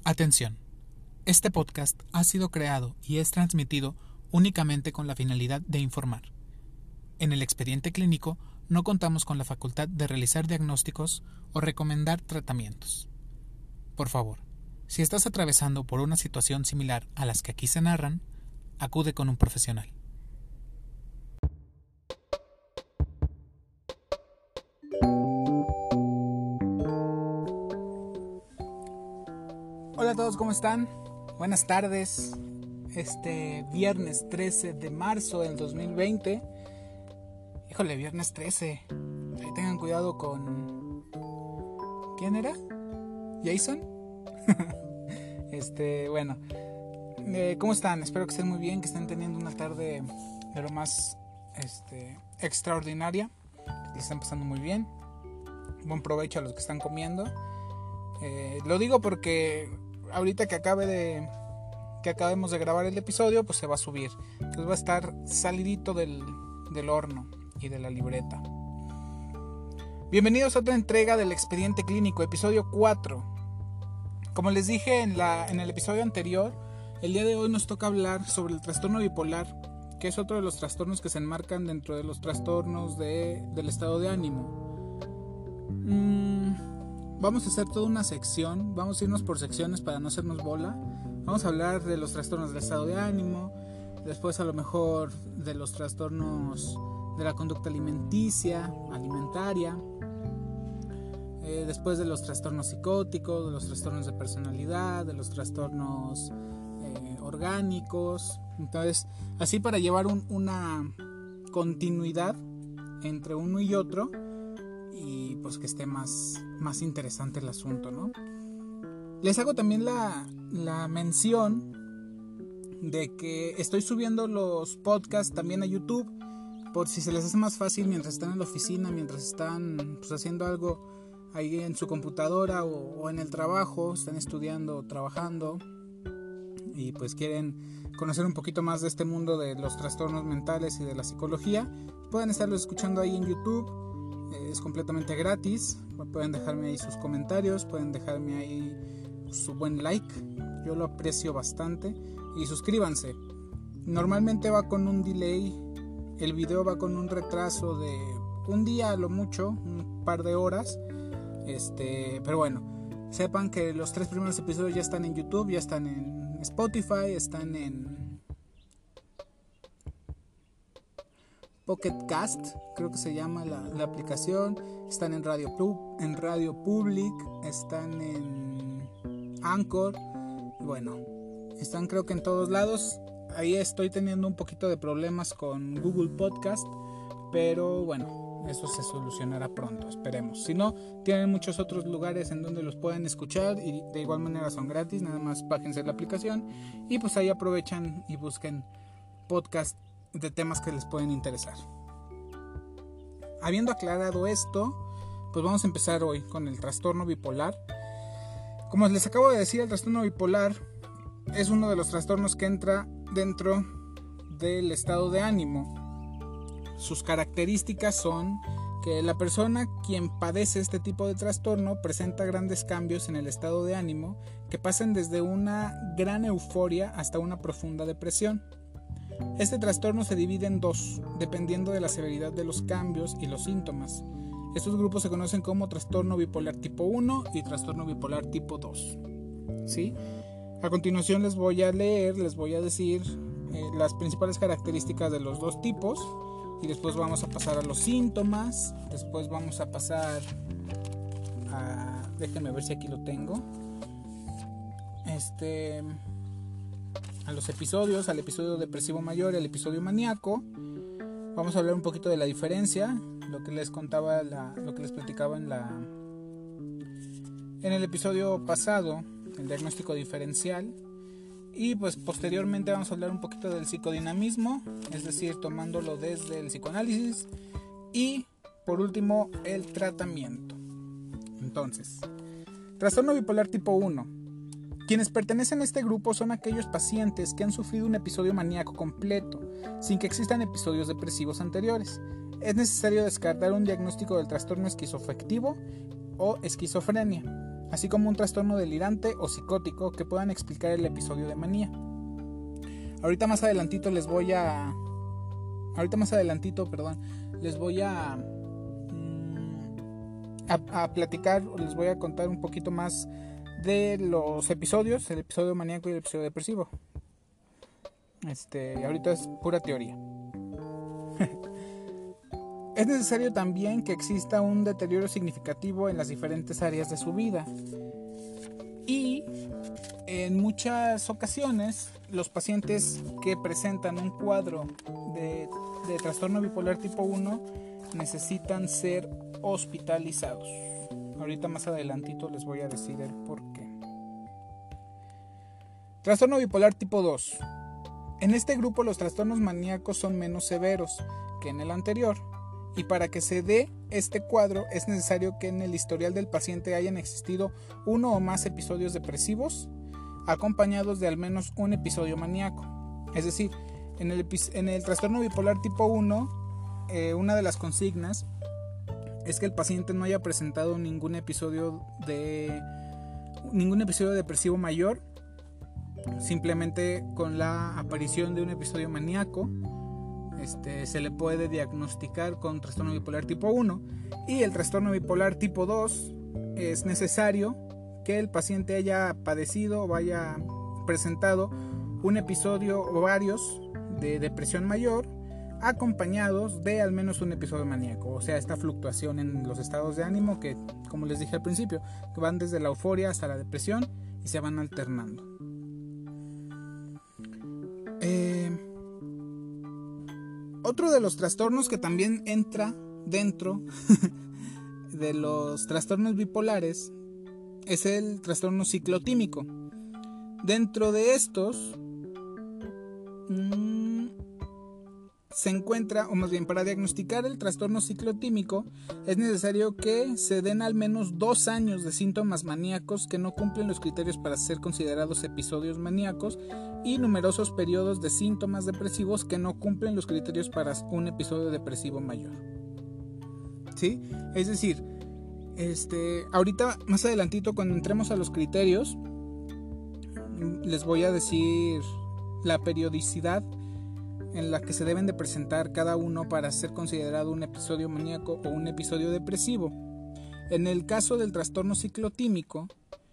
Atención, este podcast ha sido creado y es transmitido únicamente con la finalidad de informar. En el expediente clínico no contamos con la facultad de realizar diagnósticos o recomendar tratamientos. Por favor, si estás atravesando por una situación similar a las que aquí se narran, acude con un profesional. Hola a todos, ¿cómo están? Buenas tardes. Viernes 13 de marzo del 2020. Híjole, viernes 13. Ahí tengan cuidado con... ¿Quién era? ¿Jason? Bueno. ¿Cómo están? Espero que estén muy bien, que estén teniendo una tarde de lo más extraordinaria. Que les estén pasando muy bien. Buen provecho a los que están comiendo. Lo digo porque ahorita que acabemos de grabar el episodio, pues se va a subir. Entonces va a estar salidito del horno y de la libreta. Bienvenidos a otra entrega del expediente clínico, episodio 4. Como les dije en el episodio anterior, el día de hoy nos toca hablar sobre el trastorno bipolar, que es otro de los trastornos que se enmarcan dentro de los trastornos del estado de ánimo. Vamos a hacer toda una sección, vamos a irnos por secciones para no hacernos bola. Vamos a hablar de los trastornos del estado de ánimo, después a lo mejor de los trastornos de la conducta alimentaria, después de los trastornos psicóticos, de los trastornos de personalidad, de los trastornos orgánicos. Entonces, así para llevar una continuidad entre uno y otro, y pues que esté más interesante el asunto, ¿no? Les hago también la mención de que estoy subiendo los podcasts también a YouTube, por si se les hace más fácil mientras están en la oficina, mientras están pues haciendo algo ahí en su computadora o en el trabajo, están estudiando o trabajando y pues quieren conocer un poquito más de este mundo de los trastornos mentales y de la psicología. Pueden estarlos escuchando ahí en YouTube. Es completamente gratis. Pueden dejarme ahí sus comentarios, pueden dejarme ahí su buen like, yo lo aprecio bastante, y suscríbanse. Normalmente va con un delay, el video va con un retraso de un día a lo mucho, un par de horas, pero bueno, sepan que los 3 primeros episodios ya están en YouTube, ya están en Spotify, están en Pocket Cast, creo que se llama la aplicación, están en Radio Public, están en Anchor, bueno, están creo que en todos lados. Ahí estoy teniendo un poquito de problemas con Google Podcast, pero bueno, eso se solucionará pronto, esperemos. Si no, tienen muchos otros lugares en donde los pueden escuchar y de igual manera son gratis, nada más bájense la aplicación y pues ahí aprovechan y busquen podcast de temas que les pueden interesar. Habiendo aclarado esto, pues vamos a empezar hoy con el trastorno bipolar. Como les acabo de decir, el trastorno bipolar es uno de los trastornos que entra dentro del estado de ánimo. Sus características son que la persona quien padece este tipo de trastorno presenta grandes cambios en el estado de ánimo que pasan desde una gran euforia hasta una profunda depresión. Este trastorno se divide en 2, dependiendo de la severidad de los cambios y los síntomas. Estos grupos se conocen como trastorno bipolar tipo 1 y trastorno bipolar tipo 2. ¿Sí? A continuación les voy a decir las principales características de los 2 tipos y después vamos a pasar a los síntomas, después vamos a pasar a... déjenme ver si aquí lo tengo. A los episodios, al episodio depresivo mayor y al episodio maníaco. Vamos a hablar un poquito de la diferencia, lo que les contaba, lo que les platicaba en el episodio pasado, el diagnóstico diferencial. Y pues posteriormente vamos a hablar un poquito del psicodinamismo, es decir, tomándolo desde el psicoanálisis. Y por último, el tratamiento. Entonces, trastorno bipolar tipo 1. Quienes pertenecen a este grupo son aquellos pacientes que han sufrido un episodio maníaco completo, sin que existan episodios depresivos anteriores. Es necesario descartar un diagnóstico del trastorno esquizoafectivo o esquizofrenia. así como un trastorno delirante o psicótico que puedan explicar el episodio de manía. Ahorita más adelantito les voy a platicar, o les voy a contar un poquito más de los episodios, el episodio maníaco y el episodio depresivo. Ahorita es pura teoría. Es necesario también que exista un deterioro significativo en las diferentes áreas de su vida. Y en muchas ocasiones los pacientes que presentan un cuadro de trastorno bipolar tipo 1 necesitan ser hospitalizados. Ahorita más adelantito les voy a decir el por qué. Trastorno bipolar tipo 2. En este grupo los trastornos maníacos son menos severos que en el anterior, y para que se dé este cuadro es necesario que en el historial del paciente hayan existido uno o más episodios depresivos acompañados de al menos un episodio maníaco. Es decir, en el trastorno bipolar tipo 1, una de las consignas es que el paciente no haya presentado ningún episodio depresivo mayor. Simplemente con la aparición de un episodio maníaco se le puede diagnosticar con trastorno bipolar tipo 1, y el trastorno bipolar tipo 2 es necesario que el paciente haya padecido o haya presentado un episodio o varios de depresión mayor acompañados de al menos un episodio maníaco. O sea, esta fluctuación en los estados de ánimo que, como les dije al principio, que van desde la euforia hasta la depresión y se van alternando. Otro de los trastornos que también entra dentro de los trastornos bipolares es el trastorno ciclotímico. Dentro de estos se encuentra, o más bien para diagnosticar el trastorno ciclotímico es necesario que se den al menos 2 años de síntomas maníacos que no cumplen los criterios para ser considerados episodios maníacos, y numerosos periodos de síntomas depresivos que no cumplen los criterios para un episodio depresivo mayor. ¿Sí? Es decir, ahorita más adelantito, cuando entremos a los criterios, les voy a decir la periodicidad en la que se deben de presentar cada uno para ser considerado un episodio maníaco o un episodio depresivo. En el caso del trastorno ciclotímico,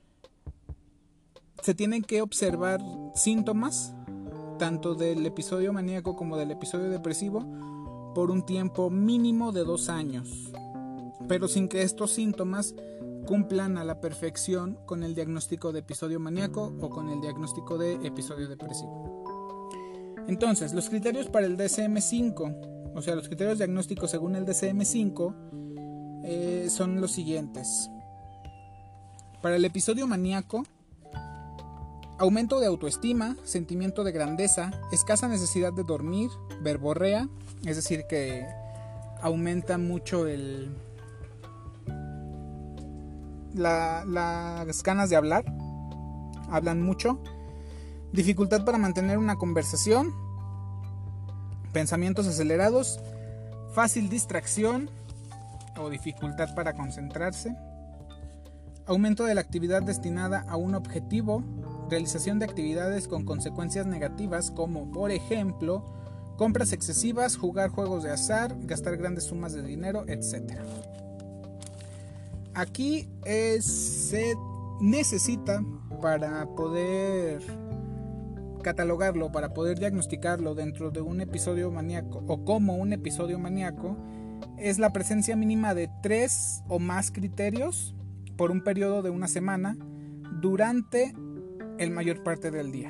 se tienen que observar síntomas tanto del episodio maníaco como del episodio depresivo por un tiempo mínimo de 2 años, pero sin que estos síntomas cumplan a la perfección con el diagnóstico de episodio maníaco o con el diagnóstico de episodio depresivo. Entonces, los criterios para el DSM-5, o sea, los criterios diagnósticos según el DSM-5 son los siguientes. Para el episodio maníaco: aumento de autoestima, sentimiento de grandeza, escasa necesidad de dormir, verborrea, es decir, que aumenta mucho las ganas de hablar, hablan mucho, dificultad para mantener una conversación, pensamientos acelerados, fácil distracción o dificultad para concentrarse, aumento de la actividad destinada a un objetivo, realización de actividades con consecuencias negativas como, por ejemplo, compras excesivas, jugar juegos de azar, gastar grandes sumas de dinero, etc. Aquí se necesita, para poder catalogarlo, para poder diagnosticarlo dentro de un episodio maníaco o como un episodio maníaco, es la presencia mínima de 3 o más criterios por un periodo de 1 semana durante el mayor parte del día.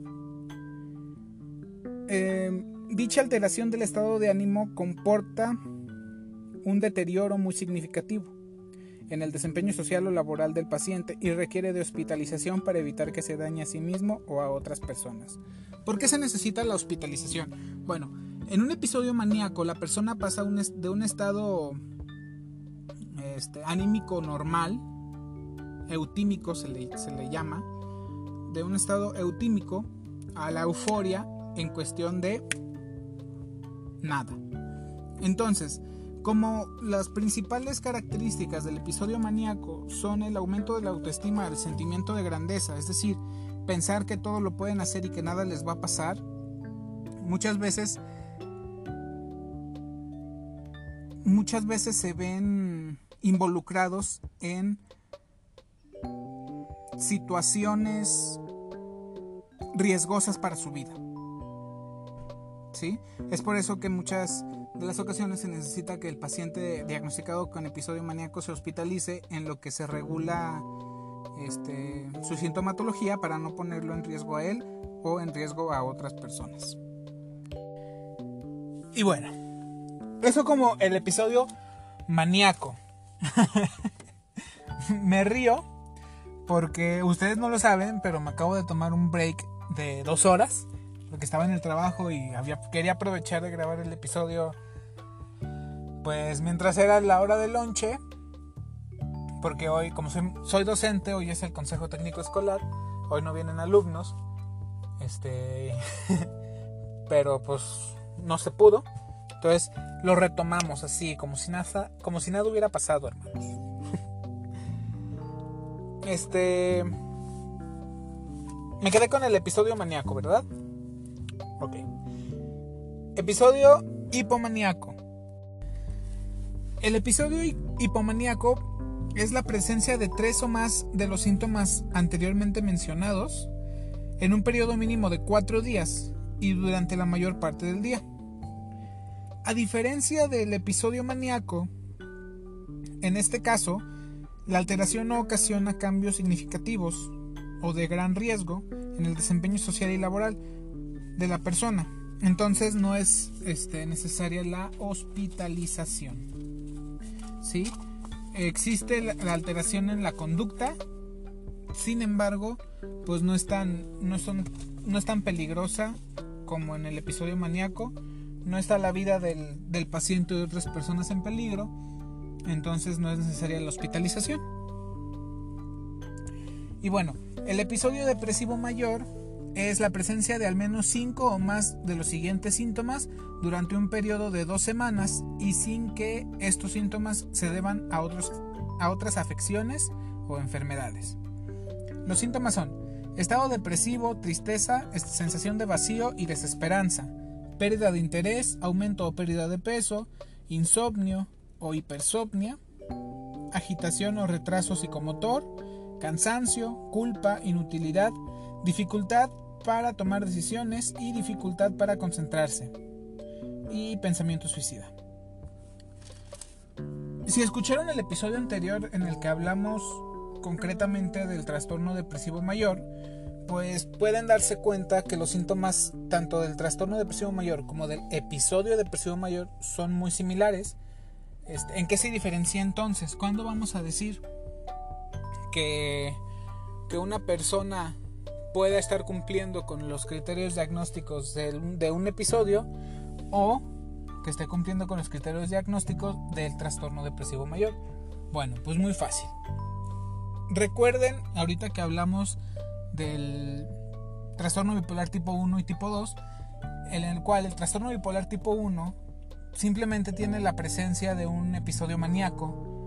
Dicha alteración del estado de ánimo comporta un deterioro muy significativo en el desempeño social o laboral del paciente y requiere de hospitalización para evitar que se dañe a sí mismo o a otras personas. ¿Por qué se necesita la hospitalización? Bueno, en un episodio maníaco la persona pasa de un estado anímico normal, eutímico se le llama, de un estado eutímico a la euforia en cuestión de nada. Entonces, Como las principales características del episodio maníaco son el aumento de la autoestima, el sentimiento de grandeza, es decir, pensar que todo lo pueden hacer y que nada les va a pasar, muchas veces se ven involucrados en situaciones riesgosas para su vida. ¿Sí? Es por eso que en muchas de las ocasiones se necesita que el paciente diagnosticado con episodio maníaco se hospitalice en lo que se regula su sintomatología para no ponerlo en riesgo a él o en riesgo a otras personas. Y bueno, eso como el episodio maníaco. Me río porque ustedes no lo saben, pero me acabo de tomar un break de 2 horas porque estaba en el trabajo y quería aprovechar de grabar el episodio pues mientras era la hora de lonche, porque hoy, como soy docente, hoy es el consejo técnico escolar, hoy no vienen alumnos, pero pues no se pudo, entonces lo retomamos así, como si nada hubiera pasado, hermanos. Me quedé con el episodio maníaco, ¿verdad? Ok. Episodio hipomaníaco. El episodio hipomaníaco es la presencia de 3 o más de los síntomas anteriormente mencionados en un periodo mínimo de 4 días y durante la mayor parte del día. A diferencia del episodio maníaco, en este caso, la alteración no ocasiona cambios significativos o de gran riesgo en el desempeño social y laboral de la persona. Entonces no es necesaria la hospitalización. ¿Sí? Existe la alteración en la conducta, sin embargo, pues no es tan peligrosa como en el episodio maníaco. No está la vida del paciente o de otras personas en peligro, entonces no es necesaria la hospitalización. Y bueno, el episodio depresivo mayor es la presencia de al menos 5 o más de los siguientes síntomas durante un periodo de 2 semanas y sin que estos síntomas se deban a otras afecciones o enfermedades. Los síntomas son estado depresivo, tristeza, sensación de vacío y desesperanza, pérdida de interés, aumento o pérdida de peso, insomnio o hipersomnia, agitación o retraso psicomotor, cansancio, culpa, inutilidad, dificultad para tomar decisiones y dificultad para concentrarse, y pensamiento suicida. Si escucharon el episodio anterior en el que hablamos concretamente del trastorno depresivo mayor, pues pueden darse cuenta que los síntomas tanto del trastorno depresivo mayor como del episodio depresivo mayor son muy similares. ¿En qué se diferencia entonces? ¿Cuándo vamos a decir que una persona pueda estar cumpliendo con los criterios diagnósticos de un episodio o que esté cumpliendo con los criterios diagnósticos del trastorno depresivo mayor? Bueno, pues muy fácil. Recuerden, ahorita que hablamos del trastorno bipolar tipo 1 y tipo 2, en el cual el trastorno bipolar tipo 1 simplemente tiene la presencia de un episodio maníaco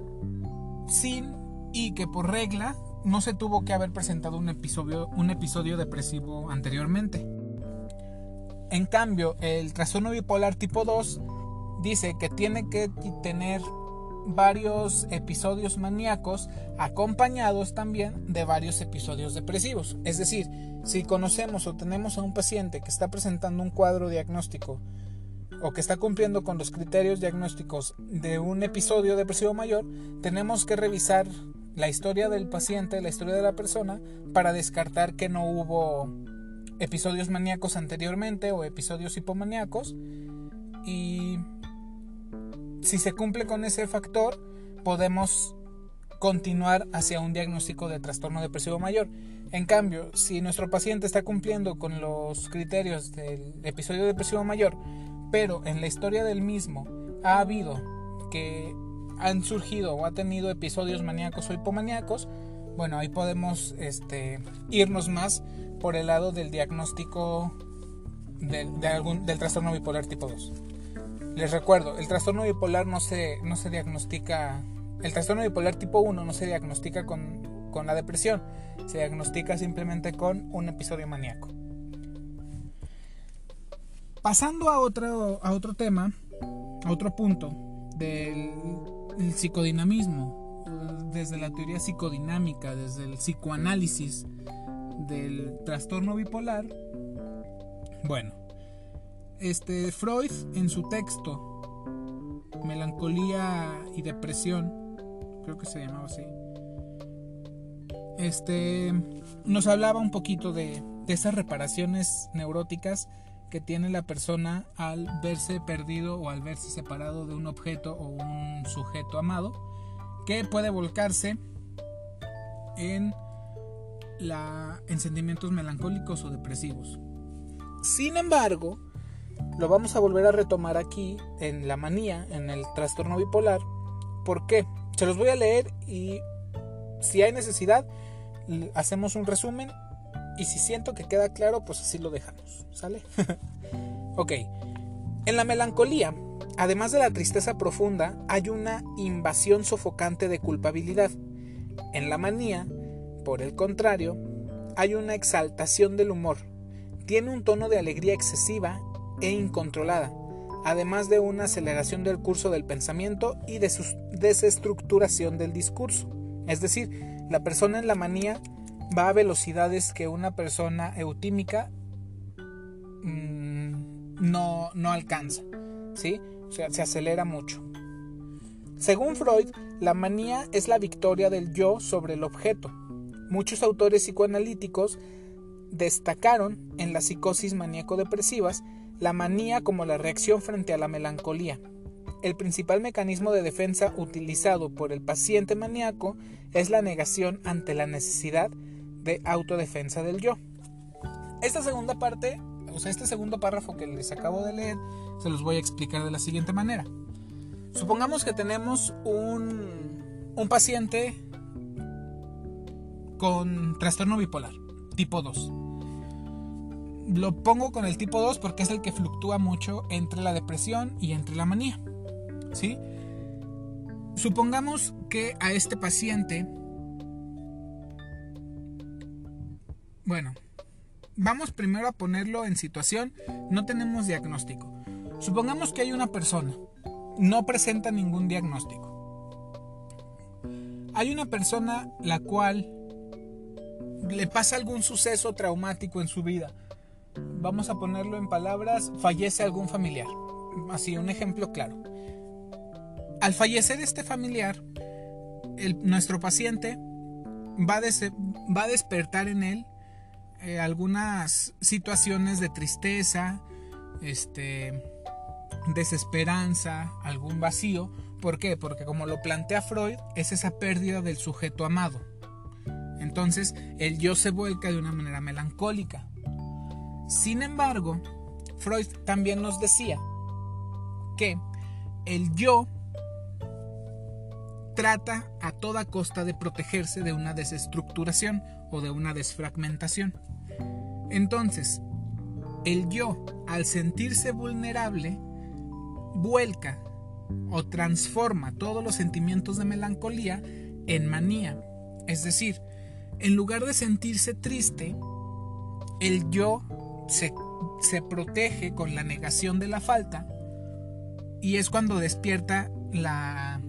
y que por regla no se tuvo que haber presentado un episodio depresivo anteriormente. En cambio, el trastorno bipolar tipo 2 dice que tiene que tener varios episodios maníacos acompañados también de varios episodios depresivos. Es decir, si conocemos o tenemos a un paciente que está presentando un cuadro diagnóstico o que está cumpliendo con los criterios diagnósticos de un episodio depresivo mayor, tenemos que revisar la historia del paciente, la historia de la persona, para descartar que no hubo episodios maníacos anteriormente o episodios hipomaníacos, y si se cumple con ese factor podemos continuar hacia un diagnóstico de trastorno depresivo mayor. En cambio, si nuestro paciente está cumpliendo con los criterios del episodio depresivo mayor, pero en la historia del mismo ha habido que han surgido o ha tenido episodios maníacos o hipomaníacos, bueno, ahí podemos irnos más por el lado del diagnóstico del trastorno bipolar tipo 2. Les recuerdo, el trastorno bipolar no se diagnostica, el trastorno bipolar tipo 1 no se diagnostica con la depresión, se diagnostica simplemente con un episodio maníaco. Pasando a otro tema, a otro punto del psicodinamismo, desde la teoría psicodinámica, desde el psicoanálisis del trastorno bipolar. Bueno, Freud, en su texto Melancolía y Depresión, creo que se llamaba así, nos hablaba un poquito de esas reparaciones neuróticas que tiene la persona al verse perdido o al verse separado de un objeto o un sujeto amado, que puede volcarse en sentimientos melancólicos o depresivos. Sin embargo, lo vamos a volver a retomar aquí en la manía, en el trastorno bipolar. ¿Por qué? Se los voy a leer y si hay necesidad hacemos un resumen, y si siento que queda claro, pues así lo dejamos, ¿sale? Ok. En la melancolía, además de la tristeza profunda, hay una invasión sofocante de culpabilidad. En la manía, por el contrario, hay una exaltación del humor. Tiene un tono de alegría excesiva e incontrolada, además de una aceleración del curso del pensamiento y de su desestructuración del discurso. Es decir, la persona en la manía va a velocidades que una persona eutímica no alcanza, ¿sí? O sea, se acelera mucho. Según Freud, la manía es la victoria del yo sobre el objeto. Muchos autores psicoanalíticos destacaron en las psicosis maníaco-depresivas la manía como la reacción frente a la melancolía. El principal mecanismo de defensa utilizado por el paciente maníaco es la negación ante la necesidad de autodefensa del yo. Esta segunda parte, o sea, este segundo párrafo que les acabo de leer, se los voy a explicar de la siguiente manera. Supongamos que tenemos un paciente con trastorno bipolar, tipo 2. Lo pongo con el tipo 2 porque es el que fluctúa mucho entre la depresión y entre la manía, ¿sí? Supongamos que a este paciente, bueno, vamos primero a ponerlo en situación, no tenemos diagnóstico. Supongamos que hay una persona, no presenta ningún diagnóstico. Hay una persona la cual le pasa algún suceso traumático en su vida. Vamos a ponerlo en palabras, fallece algún familiar. Así, un ejemplo claro. Al fallecer este familiar, nuestro paciente va a despertar en él algunas situaciones de tristeza, desesperanza, algún vacío. ¿Por qué? Porque como lo plantea Freud, es esa pérdida del sujeto amado. Entonces, el yo se vuelca de una manera melancólica. Sin embargo, Freud también nos decía que el yo trata a toda costa de protegerse de una desestructuración o de una desfragmentación. Entonces, el yo, al sentirse vulnerable, vuelca o transforma todos los sentimientos de melancolía en manía. Es decir, en lugar de sentirse triste, el yo se protege con la negación de la falta, y es cuando despierta la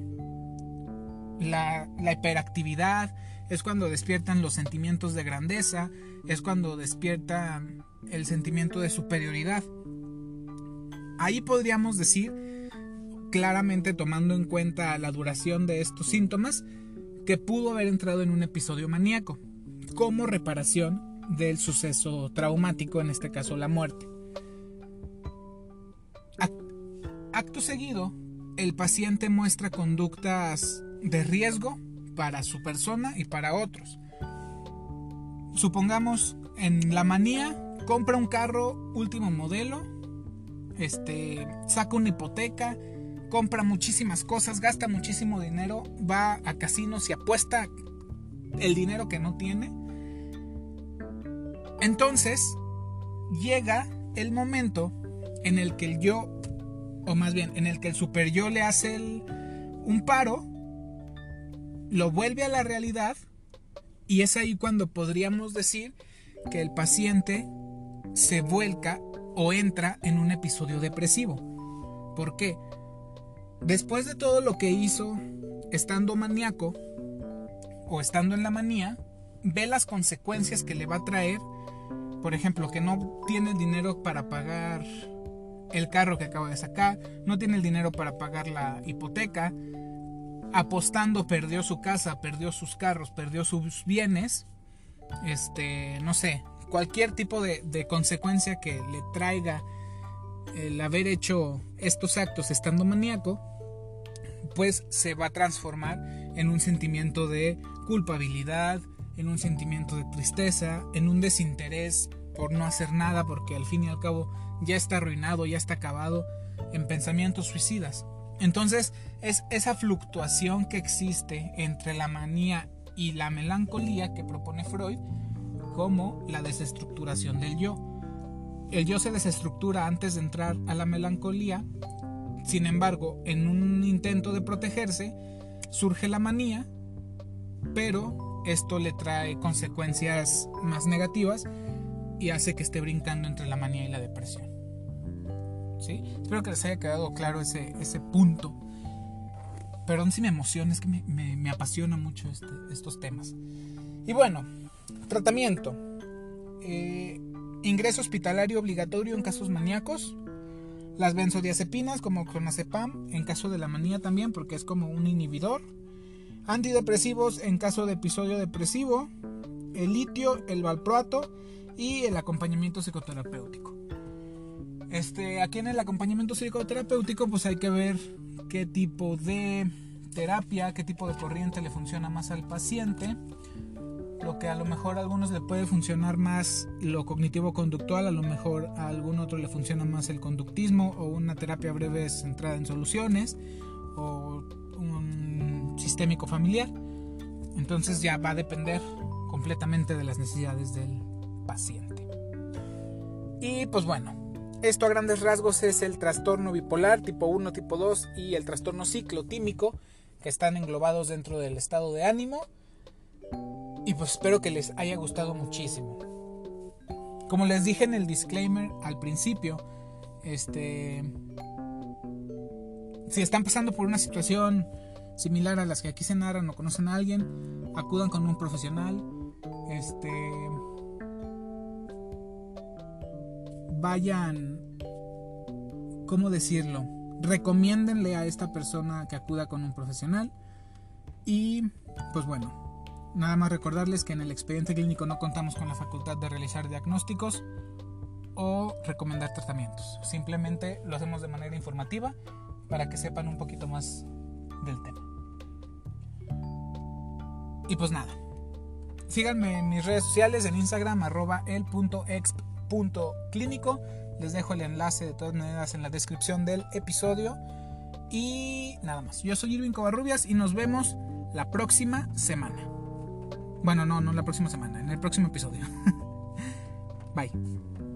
hiperactividad, es cuando despiertan los sentimientos de grandeza, es cuando despierta el sentimiento de superioridad. Ahí podríamos decir, claramente tomando en cuenta la duración de estos síntomas, que pudo haber entrado en un episodio maníaco, como reparación del suceso traumático, en este caso la muerte. Acto seguido, el paciente muestra conductas de riesgo para su persona y para otros. Supongamos, en la manía, compra un carro último modelo, saca una hipoteca, compra muchísimas cosas, gasta muchísimo dinero, va a casinos y apuesta el dinero que no tiene. Entonces llega el momento en el que el yo o más bien en el que el superyo le hace un paro, lo vuelve a la realidad, y es ahí cuando podríamos decir que el paciente se vuelca o entra en un episodio depresivo. ¿Por qué? Después de todo lo que hizo estando maníaco o estando en la manía, ve las consecuencias que le va a traer. Por ejemplo, que no tiene el dinero para pagar el carro que acaba de sacar, no tiene el dinero para pagar la hipoteca, apostando perdió su casa, perdió sus carros, perdió sus bienes, no sé, cualquier tipo de consecuencia que le traiga el haber hecho estos actos estando maníaco, pues se va a transformar en un sentimiento de culpabilidad, en un sentimiento de tristeza, en un desinterés por no hacer nada, porque al fin y al cabo ya está arruinado, ya está acabado, en pensamientos suicidas. Entonces es esa fluctuación que existe entre la manía y la melancolía que propone Freud como la desestructuración del yo. El yo se desestructura antes de entrar a la melancolía. Sin embargo, en un intento de protegerse, surge la manía, pero esto le trae consecuencias más negativas y hace que esté brincando entre la manía y la depresión. ¿Sí? Espero que les haya quedado claro ese punto. Perdón si me emociona, es que me apasiona mucho estos temas. Y bueno, tratamiento. Ingreso hospitalario obligatorio en casos maníacos. Las benzodiazepinas como clonazepam en caso de la manía también, porque es como un inhibidor. Antidepresivos en caso de episodio depresivo. El litio, el valproato y el acompañamiento psicoterapéutico. Aquí en el acompañamiento psicoterapéutico pues hay que ver qué tipo de terapia, qué tipo de corriente le funciona más al paciente. Lo que a lo mejor a algunos le puede funcionar más lo cognitivo-conductual, a lo mejor a algún otro le funciona más el conductismo o una terapia breve centrada en soluciones o un sistémico familiar. Entonces ya va a depender completamente de las necesidades del paciente. Y pues bueno, esto a grandes rasgos es el trastorno bipolar tipo 1, tipo 2 y el trastorno ciclotímico, que están englobados dentro del estado de ánimo. Y pues espero que les haya gustado muchísimo. Como les dije en el disclaimer al principio, si están pasando por una situación similar a las que aquí se narran o conocen a alguien, acudan con un profesional. Vayan, ¿cómo decirlo? Recomiéndenle a esta persona que acuda con un profesional. Y pues bueno, nada más recordarles que en el expediente clínico no contamos con la facultad de realizar diagnósticos o recomendar tratamientos. Simplemente lo hacemos de manera informativa para que sepan un poquito más del tema. Y pues nada, síganme en mis redes sociales, en Instagram @el.exp.clínico. Les dejo el enlace de todas maneras en la descripción del episodio. Y nada más, yo soy Irving Covarrubias y nos vemos la próxima semana. Bueno, no la próxima semana, en el próximo episodio. Bye.